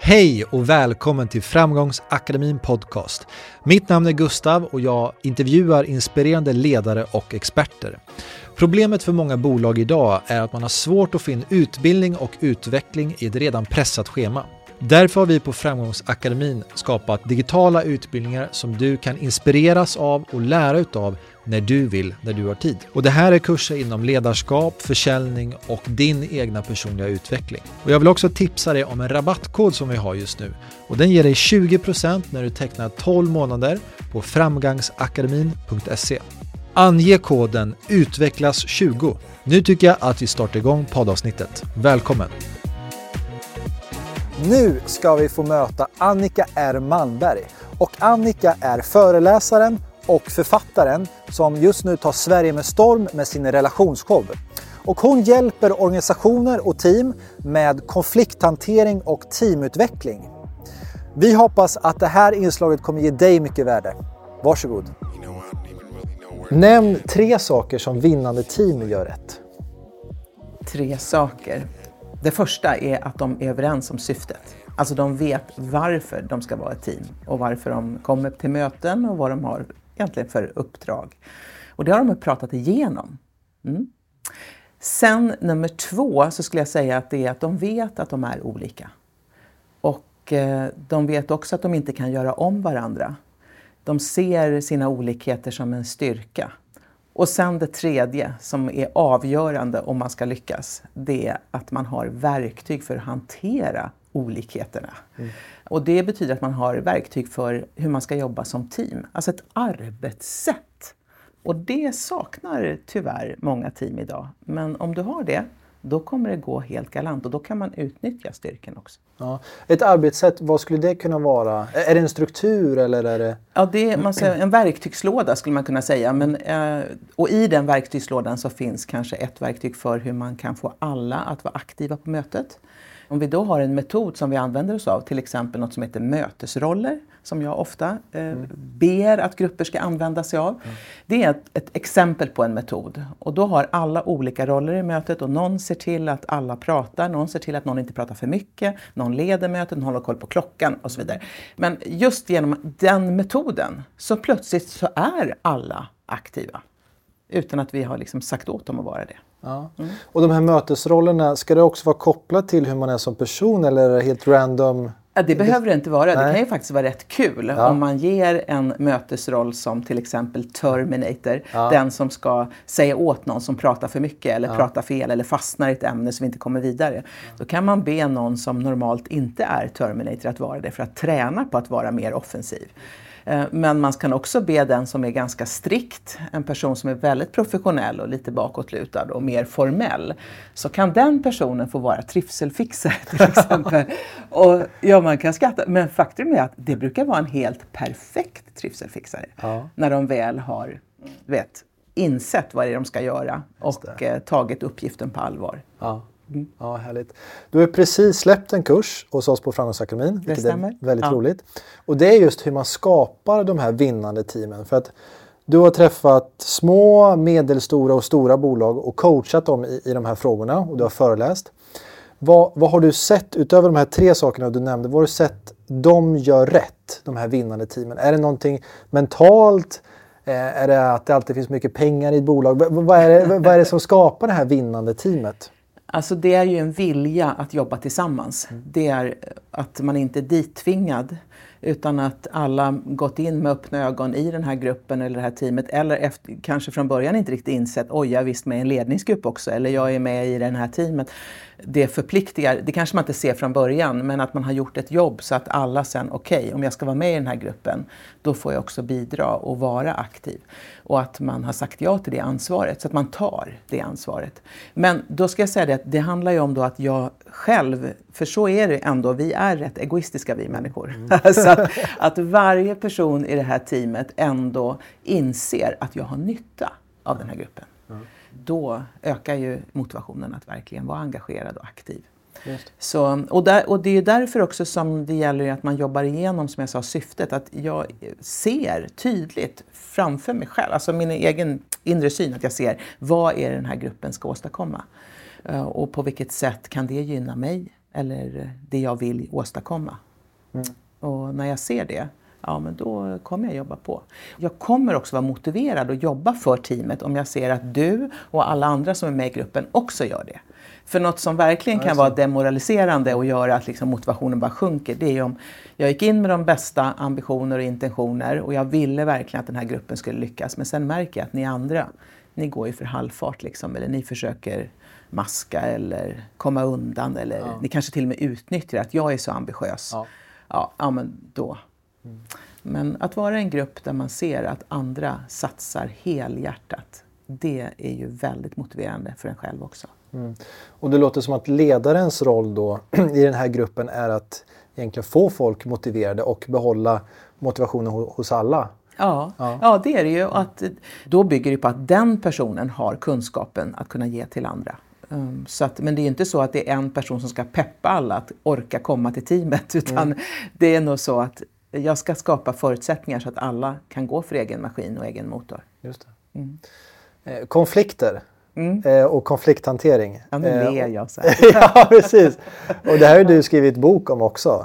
Hej och välkommen till Framgångsakademin podcast. Mitt namn är Gustav och jag intervjuar inspirerande ledare och experter. Problemet för många bolag idag är att man har svårt att få in utbildning och utveckling i ett redan pressat schema. Därför har vi på Framgångsakademin skapat digitala utbildningar som du kan inspireras av och lära utav när du vill, när du har tid. Och det här är kurser inom ledarskap, försäljning och din egna personliga utveckling. Och jag vill också tipsa dig om en rabattkod som vi har just nu. Och den ger dig 20% när du tecknar 12 månader på framgangsakademin.se. Ange koden UTVECKLAS20. Nu tycker jag att vi startar igång poddavsnittet. Välkommen! Nu ska vi få möta Annika R. Malmberg. Och Annika är föreläsaren och författaren som just nu tar Sverige med storm med sin relationsshow. Och hon hjälper organisationer och team med konflikthantering och teamutveckling. Vi hoppas att det här inslaget kommer ge dig mycket värde. Varsågod. Nämn 3 saker som vinnande team gör rätt. 3 saker. Det första är att de är överens om syftet. Alltså de vet varför de ska vara ett team och varför de kommer till möten och vad de har egentligen för uppdrag. Och det har de pratat igenom. Sen nummer 2 så skulle jag säga att det är att de vet att de är olika. Och de vet också att de inte kan göra om varandra. De ser sina olikheter som en styrka. Och sen det tredje som är avgörande om man ska lyckas, det är att man har verktyg för att hantera olikheterna. Och det betyder att man har verktyg för hur man ska jobba som team. Alltså ett arbetssätt. Och det saknar tyvärr många team idag. Men om du har det, då kommer det gå helt galant och då kan man utnyttja styrkan också. Ja. Ett arbetssätt, vad skulle det kunna vara? Är det en struktur eller är det... Ja, det är en verktygslåda skulle man kunna säga. Men, och i den verktygslådan så finns kanske ett verktyg för hur man kan få alla att vara aktiva på mötet. Om vi då har en metod som vi använder oss av, till exempel något som heter mötesroller, som jag ofta ber att grupper ska använda sig av. Det är ett exempel på en metod. Och då har alla olika roller i mötet och någon ser till att alla pratar, någon ser till att någon inte pratar för mycket, någon leder mötet, någon håller koll på klockan och så vidare. Men just genom den metoden så plötsligt så är alla aktiva. Utan att vi har liksom sagt åt dem att vara det. Ja. Och de här mötesrollerna, ska det också vara kopplat till hur man är som person eller är det helt random? Ja, det behöver det inte vara. Nej. Det kan ju faktiskt vara rätt kul om man ger en mötesroll som till exempel Terminator. Den som ska säga åt någon som pratar för mycket eller pratar fel eller fastnar i ett ämne som inte kommer vidare. Då kan man be någon som normalt inte är Terminator att vara det för att träna på att vara mer offensiv. Men man kan också be den som är ganska strikt, en person som är väldigt professionell och lite bakåtlutad och mer formell. Så kan den personen få vara trivselfixare till exempel. Och ja, man kan skratta. Men faktum är att det brukar vara en helt perfekt trivselfixare. När de väl har insett vad det är de ska göra och tagit uppgiften på allvar. Ja, härligt. Du har precis släppt en kurs hos oss på Framgångsakademin, vilket är väldigt roligt. Och det är just hur man skapar de här vinnande teamen. För att du har träffat små, medelstora och stora bolag och coachat dem i de här frågorna och du har föreläst. Vad har du sett utöver de här 3 sakerna du nämnde? Vad har du sett de gör rätt, de här vinnande teamen? Är det någonting mentalt? Är det att det alltid finns mycket pengar i ett bolag? Vad är det som skapar det här vinnande teamet? Alltså det är ju en vilja att jobba tillsammans. Det är att man inte är dittvingad utan att alla gått in med öppna ögon i den här gruppen eller det här teamet. Eller kanske från början inte riktigt insett, oj jag är visst med i en ledningsgrupp också. Eller jag är med i den här teamet. Det förpliktigar, det kanske man inte ser från början. Men att man har gjort ett jobb så att alla sen, okej, om jag ska vara med i den här gruppen. Då får jag också bidra och vara aktiv. Och att man har sagt ja till det ansvaret. Så att man tar det ansvaret. Men då ska jag säga det att det handlar ju om då att jag själv, för så är det ändå, vi är rätt egoistiska vi människor. Så att varje person i det här teamet ändå inser att jag har nytta av den här gruppen. Då ökar ju motivationen att verkligen vara engagerad och aktiv. Så, och det är ju därför också som det gäller att man jobbar igenom, som jag sa, syftet. Att jag ser tydligt framför mig själv, alltså min egen inre syn, att jag ser vad är den här gruppen ska åstadkomma. Och på vilket sätt kan det gynna mig eller det jag vill åstadkomma. Och när jag ser det, ja men då kommer jag jobba på. Jag kommer också vara motiverad att jobba för teamet om jag ser att du och alla andra som är med i gruppen också gör det. För något som verkligen kan vara demoraliserande och göra att liksom motivationen bara sjunker, det är ju om jag gick in med de bästa ambitioner och intentioner och jag ville verkligen att den här gruppen skulle lyckas. Men sen märker jag att ni andra, ni går ju för halvfart liksom, eller ni försöker maska eller komma undan eller ni kanske till och med utnyttjar att jag är så ambitiös. Ja men då. Men att vara en grupp där man ser att andra satsar helhjärtat, det är ju väldigt motiverande för en själv också. Och det låter som att ledarens roll då i den här gruppen är att egentligen få folk motiverade och behålla motivationen hos alla. Ja, det är det ju. Att, då bygger det på att den personen har kunskapen att kunna ge till andra. Så att, men det är inte så att det är en person som ska peppa alla att orka komma till teamet, utan det är nog så att jag ska skapa förutsättningar så att alla kan gå för egen maskin och egen motor. Just det. Konflikter och konflikthantering. Ja, nu ler jag så här. Ja, precis. Och det här har du skrivit bok om också.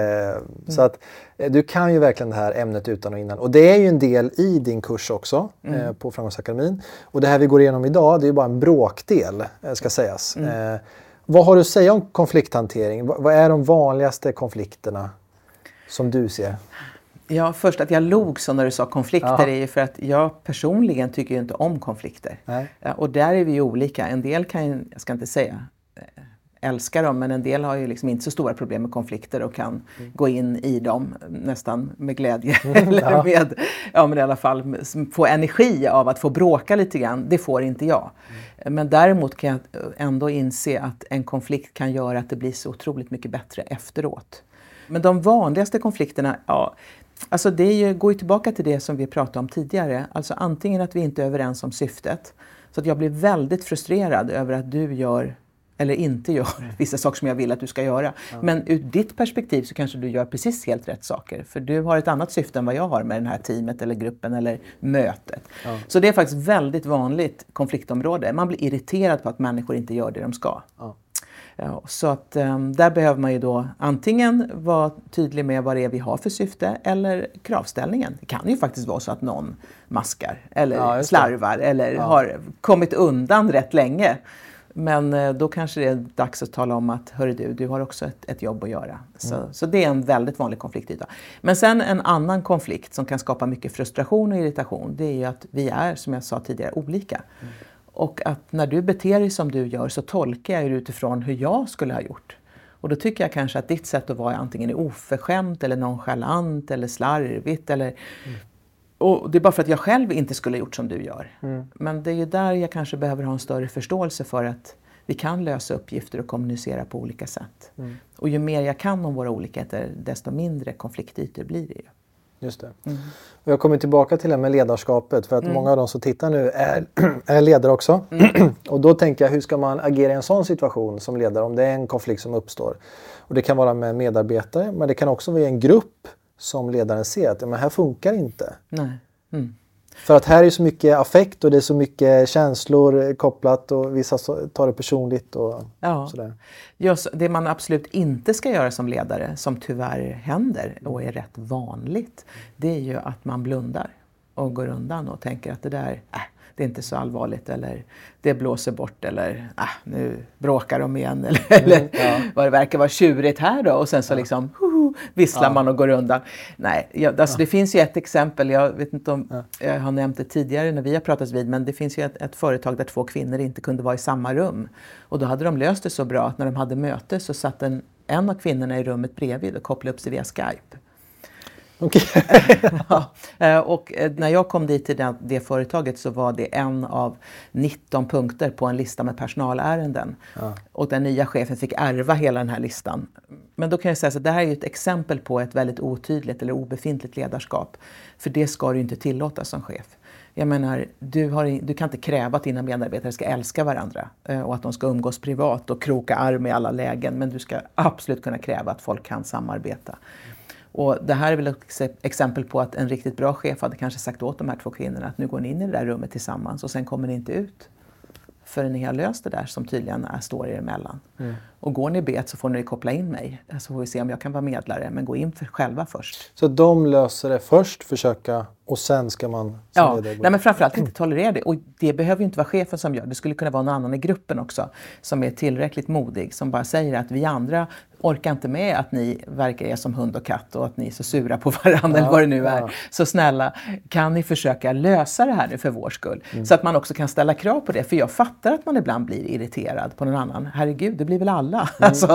Så att du kan ju verkligen det här ämnet utan och innan. Och det är ju en del i din kurs också på Framgångsakademin. Och det här vi går igenom idag, det är ju bara en bråkdel, ska sägas. Vad har du att säga om konflikthantering? Vad är de vanligaste konflikterna som du ser? Ja, först att jag log så när du sa konflikter är ju för att jag personligen tycker ju inte om konflikter. Och där är vi ju olika. En del kan ju, jag ska inte säga älskar dem, men en del har ju liksom inte så stora problem med konflikter och kan gå in i dem nästan med glädje. Eller med, men i alla fall få energi av att få bråka lite grann. Det får inte jag. Men däremot kan jag ändå inse att en konflikt kan göra att det blir så otroligt mycket bättre efteråt. Men de vanligaste konflikterna, alltså det går ju tillbaka till det som vi pratade om tidigare. Alltså antingen att vi inte är överens om syftet. Så att jag blir väldigt frustrerad över att du gör eller inte gör vissa saker som jag vill att du ska göra. Men ur ditt perspektiv så kanske du gör precis helt rätt saker. För du har ett annat syfte än vad jag har med den här teamet eller gruppen eller mötet. Så det är faktiskt väldigt vanligt konfliktområde. Man blir irriterad på att människor inte gör det de ska. Så att där behöver man ju då antingen vara tydlig med vad det är vi har för syfte eller kravställningen. Det kan ju faktiskt vara så att någon maskar eller slarvar eller har kommit undan rätt länge. Men då kanske det är dags att tala om att hörru du har också ett jobb att göra. Så det är en väldigt vanlig konfliktyta. Men sen en annan konflikt som kan skapa mycket frustration och irritation, det är ju att vi är, som jag sa tidigare, olika. Och att när du beter dig som du gör så tolkar jag utifrån hur jag skulle ha gjort. Och då tycker jag kanske att ditt sätt att vara antingen är oförskämt eller nonchalant eller slarvigt. Och det är bara för att jag själv inte skulle ha gjort som du gör. Men det är ju där jag kanske behöver ha en större förståelse för att vi kan lösa uppgifter och kommunicera på olika sätt. Och ju mer jag kan om våra olikheter, desto mindre konfliktytor blir det ju. Just det. Och jag kommer tillbaka till det med ledarskapet, för att många av de som tittar nu är ledare också. Och då tänker jag, hur ska man agera i en sån situation som ledare om det är en konflikt som uppstår? Och det kan vara med medarbetare, men det kan också vara en grupp som ledaren ser att men här funkar inte. Nej. För att här är så mycket affekt och det är så mycket känslor kopplat och vissa tar det personligt och sådär. Just, det man absolut inte ska göra som ledare, som tyvärr händer och är rätt vanligt, det är ju att man blundar och går undan och tänker att det där, det är inte så allvarligt eller det blåser bort eller nu bråkar de igen eller vad det verkar vara tjurigt här då och sen så liksom visslar man och går undan. Nej, alltså det finns ju ett exempel, jag vet inte om jag har nämnt det tidigare när vi har pratat vid, men det finns ju ett företag där 2 kvinnor inte kunde vara i samma rum. Och då hade de löst det så bra att när de hade möte så satt en av kvinnorna i rummet bredvid och kopplade upp sig via Skype. Okay. Och när jag kom dit till det företaget så var det en av 19 punkter på en lista med personalärenden. Och den nya chefen fick ärva hela den här listan. Men då kan jag säga att det här är ju ett exempel på ett väldigt otydligt eller obefintligt ledarskap. För det ska du inte tillåta som chef. Jag menar, du kan inte kräva att dina medarbetare ska älska varandra och att de ska umgås privat och kroka arm i alla lägen. Men du ska absolut kunna kräva att folk kan samarbeta. Och det här är väl ett exempel på att en riktigt bra chef hade kanske sagt åt de här 2 kvinnorna att nu går ni in i det där rummet tillsammans och sen kommer ni inte ut förrän ni har löst det där som tydligen står er emellan. Och går ni bet så får ni koppla in mig. Så får vi se om jag kan vara medlare. Men gå in själva först. Så de löser det först, försöka, och sen ska man... Nej, men framförallt inte tolerera det. Och det behöver ju inte vara chefen som gör. Det skulle kunna vara någon annan i gruppen också. Som är tillräckligt modig. Som bara säger att vi andra orkar inte med att ni verkar är som hund och katt. Och att ni är så sura på varandra eller vad det nu är. Så snälla, kan ni försöka lösa det här nu för vår skull? Så att man också kan ställa krav på det. För jag fattar att man ibland blir irriterad på någon annan. Herregud, det blir väl alla.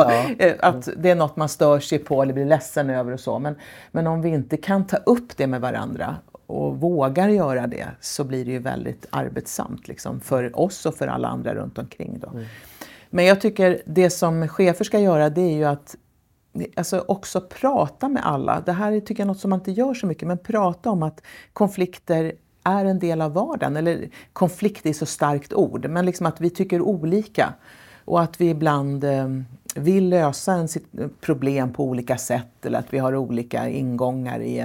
Att det är något man stör sig på eller blir ledsen över och så. Men om vi inte kan ta upp det med varandra och vågar göra det, så blir det ju väldigt arbetsamt liksom, för oss och för alla andra runt omkring då. Men jag tycker det som chefer ska göra, det är ju att också prata med alla. Det här tycker jag är något som man inte gör så mycket, men prata om att konflikter är en del av vardagen. Eller konflikt är så starkt ord, men liksom att vi tycker olika. Och att vi ibland vill lösa en problem på olika sätt, eller att vi har olika ingångar i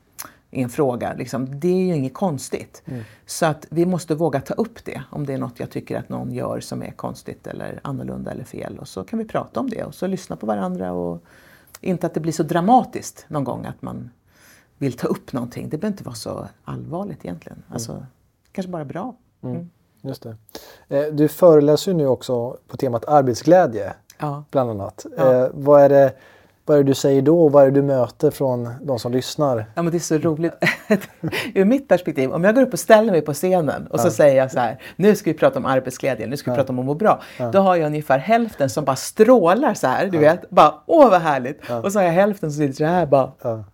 en fråga. Liksom. Det är ju inget konstigt. Så att vi måste våga ta upp det. Om det är något jag tycker att någon gör som är konstigt eller annorlunda eller fel. Och så kan vi prata om det och så lyssna på varandra. Och inte att det blir så dramatiskt någon gång att man vill ta upp någonting. Det behöver inte vara så allvarligt egentligen. Alltså, kanske bara bra. Just det. Du föreläser ju nu också på temat arbetsglädje. Bland annat. Vad är det du säger då och vad är det du möter från de som lyssnar? Ja, men det är så roligt. Ur mitt perspektiv, om jag går upp och ställer mig på scenen och så säger jag så här, nu ska vi prata om arbetsglädje, nu ska vi prata om att må bra. Då har jag ungefär hälften som bara strålar så här, du vet, bara vad härligt. Och så har jag hälften som sitter så här bara.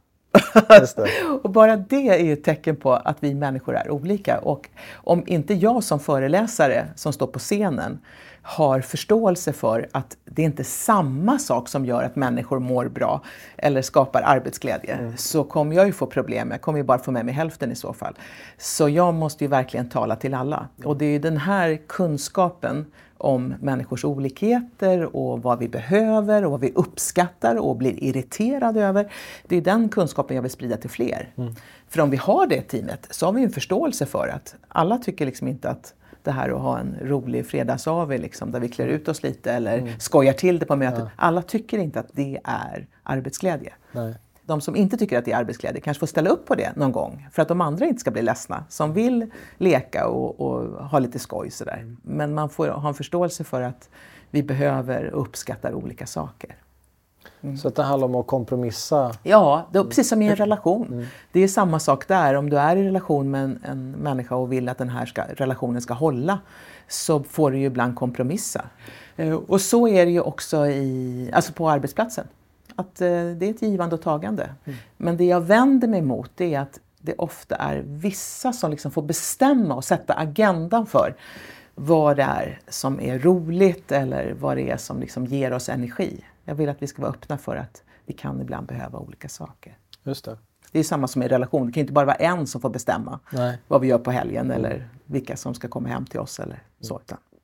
Just det. Och bara det är ju ett tecken på att vi människor är olika. Och om inte jag som föreläsare som står på scenen har förståelse för att det inte är samma sak som gör att människor mår bra eller skapar arbetsglädje, så kommer jag ju få problem. Jag kommer ju bara få med mig hälften i så fall. Så jag måste ju verkligen tala till alla. Och det är ju den här kunskapen om människors olikheter och vad vi behöver och vad vi uppskattar och blir irriterade över. Det är den kunskapen jag vill sprida till fler. För om vi har det teamet så har vi en förståelse för att alla tycker liksom inte att det här att ha en rolig fredags-AV liksom, där vi klär ut oss lite eller skojar till det på mötet. Alla tycker inte att det är arbetsglädje. Nej. De som inte tycker att det är arbetsglädje kanske får ställa upp på det någon gång. För att de andra inte ska bli ledsna. Som vill leka och ha lite skoj sådär. Men man får ha en förståelse för att vi behöver och uppskattar olika saker. Så att det handlar om att kompromissa? Ja, det är precis som i en relation. Det är samma sak där. Om du är i relation med en människa och vill att den här relationen ska hålla, så får du ju ibland kompromissa. Och så är det ju också alltså på arbetsplatsen. Att det är ett givande och tagande. Men det jag vänder mig emot, det är att det ofta är vissa som liksom får bestämma och sätta agendan för vad det är som är roligt eller vad det är som liksom ger oss energi. Jag vill att vi ska vara öppna för att vi kan ibland behöva olika saker. Just det. Det är samma som i relation. Det kan ju inte bara vara en som får bestämma vad vi gör på helgen eller vilka som ska komma hem till oss eller så.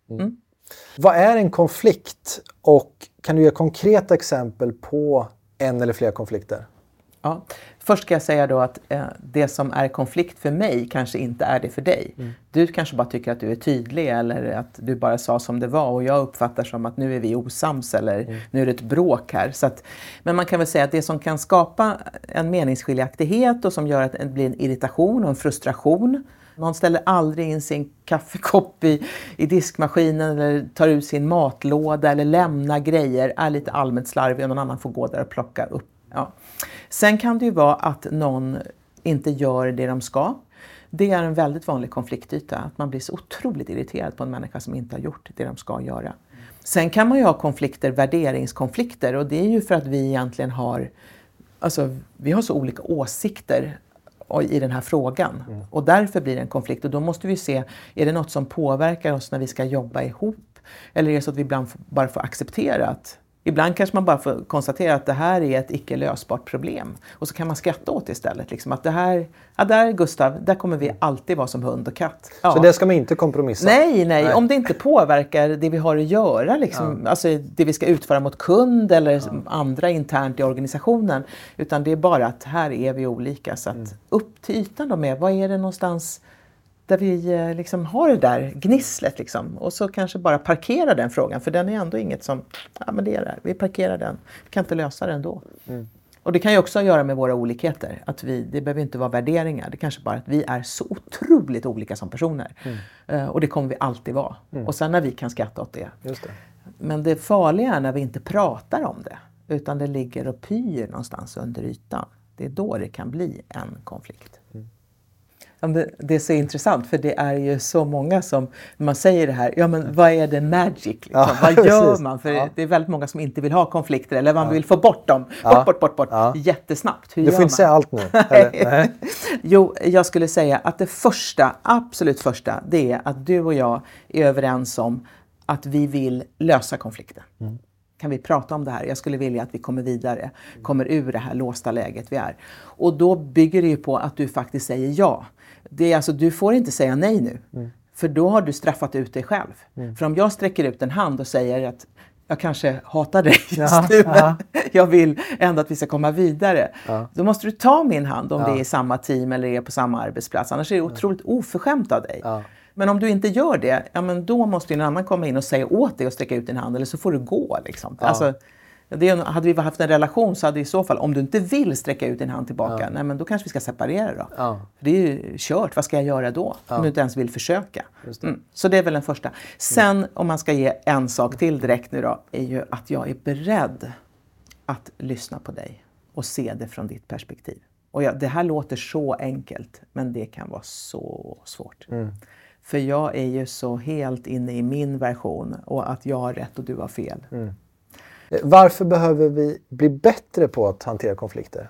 Vad är en konflikt och kan du ge konkreta exempel på en eller flera konflikter? Ja. Först ska jag säga då att det som är konflikt för mig kanske inte är det för dig. Du kanske bara tycker att du är tydlig eller att du bara sa som det var och jag uppfattar som att nu är vi osams eller nu är det ett bråk här. Så att, men man kan väl säga att det som kan skapa en meningsskiljaktighet och som gör att det blir en irritation och en frustration. Någon ställer aldrig in sin kaffekopp i diskmaskinen eller tar ut sin matlåda eller lämnar grejer, är lite allmänt slarvig och någon annan får gå där och plocka upp. Ja. Sen kan det ju vara att någon inte gör det de ska. Det är en väldigt vanlig konfliktyta, att man blir så otroligt irriterad på en människa som inte har gjort det de ska göra. Sen kan man ju ha konflikter, värderingskonflikter, och det är ju för att vi egentligen vi har så olika åsikter i den här frågan. Och därför blir det en konflikt. Och då måste vi se, är det något som påverkar oss när vi ska jobba ihop? Eller är det så att vi ibland bara får acceptera att ibland kanske man bara får konstatera att det här är ett icke lösbart problem. Och så kan man skratta åt det istället. Liksom att det här, där Gustav, där kommer vi alltid vara som hund och katt. Ja. Så det ska man inte kompromissa? Nej. Om det inte påverkar det vi har att göra. Liksom, alltså det vi ska utföra mot kund eller andra internt i organisationen. Utan det är bara att här är vi olika. Så att upp till ytan då med, vad är det någonstans där vi liksom har det där gnisslet liksom. Och så kanske bara parkera den frågan. För den är ändå inget som, ja men det är det. Vi parkerar den. Vi kan inte lösa den då. Mm. Och det kan ju också ha att göra med våra olikheter. Att det behöver inte vara värderingar. Det kanske bara att vi är så otroligt olika som personer. Och det kommer vi alltid vara. Och sen när vi kan skratta åt det. Just det. Men det farliga är när vi inte pratar om det. Utan det ligger och pyr någonstans under ytan. Det är då det kan bli en konflikt. Det är så intressant för det är ju så många som, när man säger det här, ja men vad är det magic? Liksom? Ja, vad gör man? För det är väldigt många som inte vill ha konflikter eller man vill få bort dem. Bort. Ja. Jättesnabbt. Hur du får inte säga allt nu. Nej. Jo, jag skulle säga att det absolut första, det är att du och jag är överens om att vi vill lösa konflikten. Kan vi prata om det här? Jag skulle vilja att vi kommer vidare, kommer ur det här låsta läget vi är. Och då bygger det ju på att du faktiskt säger ja. Det är alltså, du får inte säga nej nu. För då har du straffat ut dig själv. För om jag sträcker ut en hand och säger att jag kanske hatar dig just nu, men jag vill ändå att vi ska komma vidare. Då måste du ta min hand om det är i samma team eller är på samma arbetsplats. Annars är det otroligt oförskämt av dig. Men om du inte gör det, ja, men då måste en annan komma in och säga åt dig och sträcka ut din hand. Eller så får du gå. Liksom. Alltså, hade vi haft en relation så hade i så fall, om du inte vill sträcka ut din hand tillbaka, nej, men då kanske vi ska separera då. Det är ju kört, vad ska jag göra då? Om du inte ens vill försöka. Så det är väl den första. Sen om man ska ge en sak till direkt nu då, är ju att jag är beredd att lyssna på dig och se det från ditt perspektiv. Och det här låter så enkelt, men det kan vara så svårt. För jag är ju så helt inne i min version och att jag har rätt och du har fel. Varför behöver vi bli bättre på att hantera konflikter?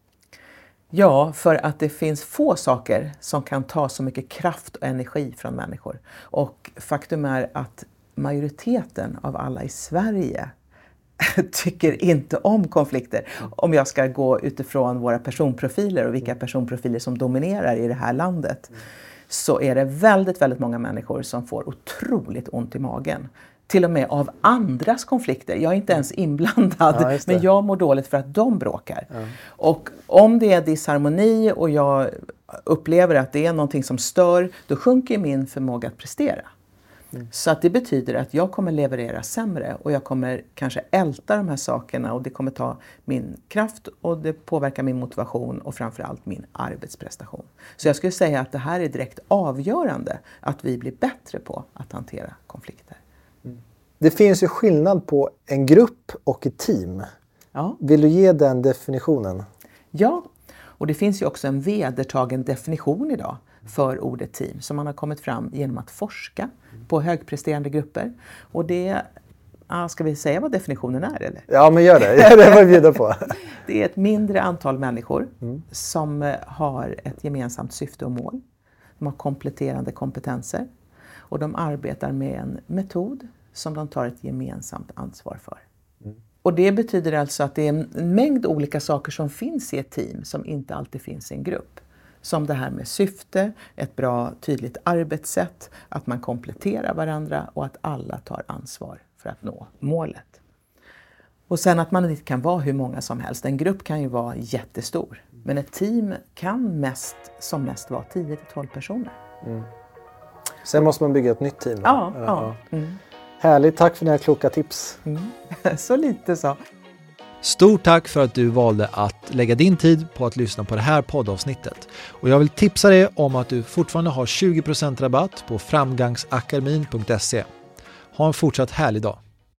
Ja, för att det finns få saker som kan ta så mycket kraft och energi från människor. Och faktum är att majoriteten av alla i Sverige tycker inte om konflikter. Om jag ska gå utifrån våra personprofiler och vilka personprofiler som dominerar i det här landet. Så är det väldigt, väldigt många människor som får otroligt ont i magen. Till och med av andras konflikter. Jag är inte ens inblandad, men jag mår dåligt för att de bråkar. Och om det är disharmoni och jag upplever att det är någonting som stör, då sjunker min förmåga att prestera. Så att det betyder att jag kommer leverera sämre och jag kommer kanske älta de här sakerna och det kommer ta min kraft och det påverkar min motivation och framförallt min arbetsprestation. Så jag skulle säga att det här är direkt avgörande att vi blir bättre på att hantera konflikter. Det finns ju skillnad på en grupp och ett team. Ja. Vill du ge den definitionen? Ja, och det finns ju också en vedertagen definition idag för ordet team som man har kommit fram genom att forska på högpresterande grupper. Och det, ska vi säga vad definitionen är eller? Ja, men gör det. Det var vi bjuda på. Det är ett mindre antal människor som har ett gemensamt syfte och mål. De har kompletterande kompetenser och de arbetar med en metod som de tar ett gemensamt ansvar för. Och det betyder alltså att det är en mängd olika saker som finns i ett team som inte alltid finns i en grupp. Som det här med syfte, ett bra tydligt arbetssätt, att man kompletterar varandra och att alla tar ansvar för att nå målet. Och sen att man inte kan vara hur många som helst. En grupp kan ju vara jättestor. Men ett team kan som mest vara 10-12 personer. Sen måste man bygga ett nytt team. Ja. Härligt, tack för dina kloka tips. Så lite så. Stort tack för att du valde att lägga din tid på att lyssna på det här poddavsnittet. Och jag vill tipsa dig om att du fortfarande har 20% rabatt på framgangsakademin.se. Ha en fortsatt härlig dag.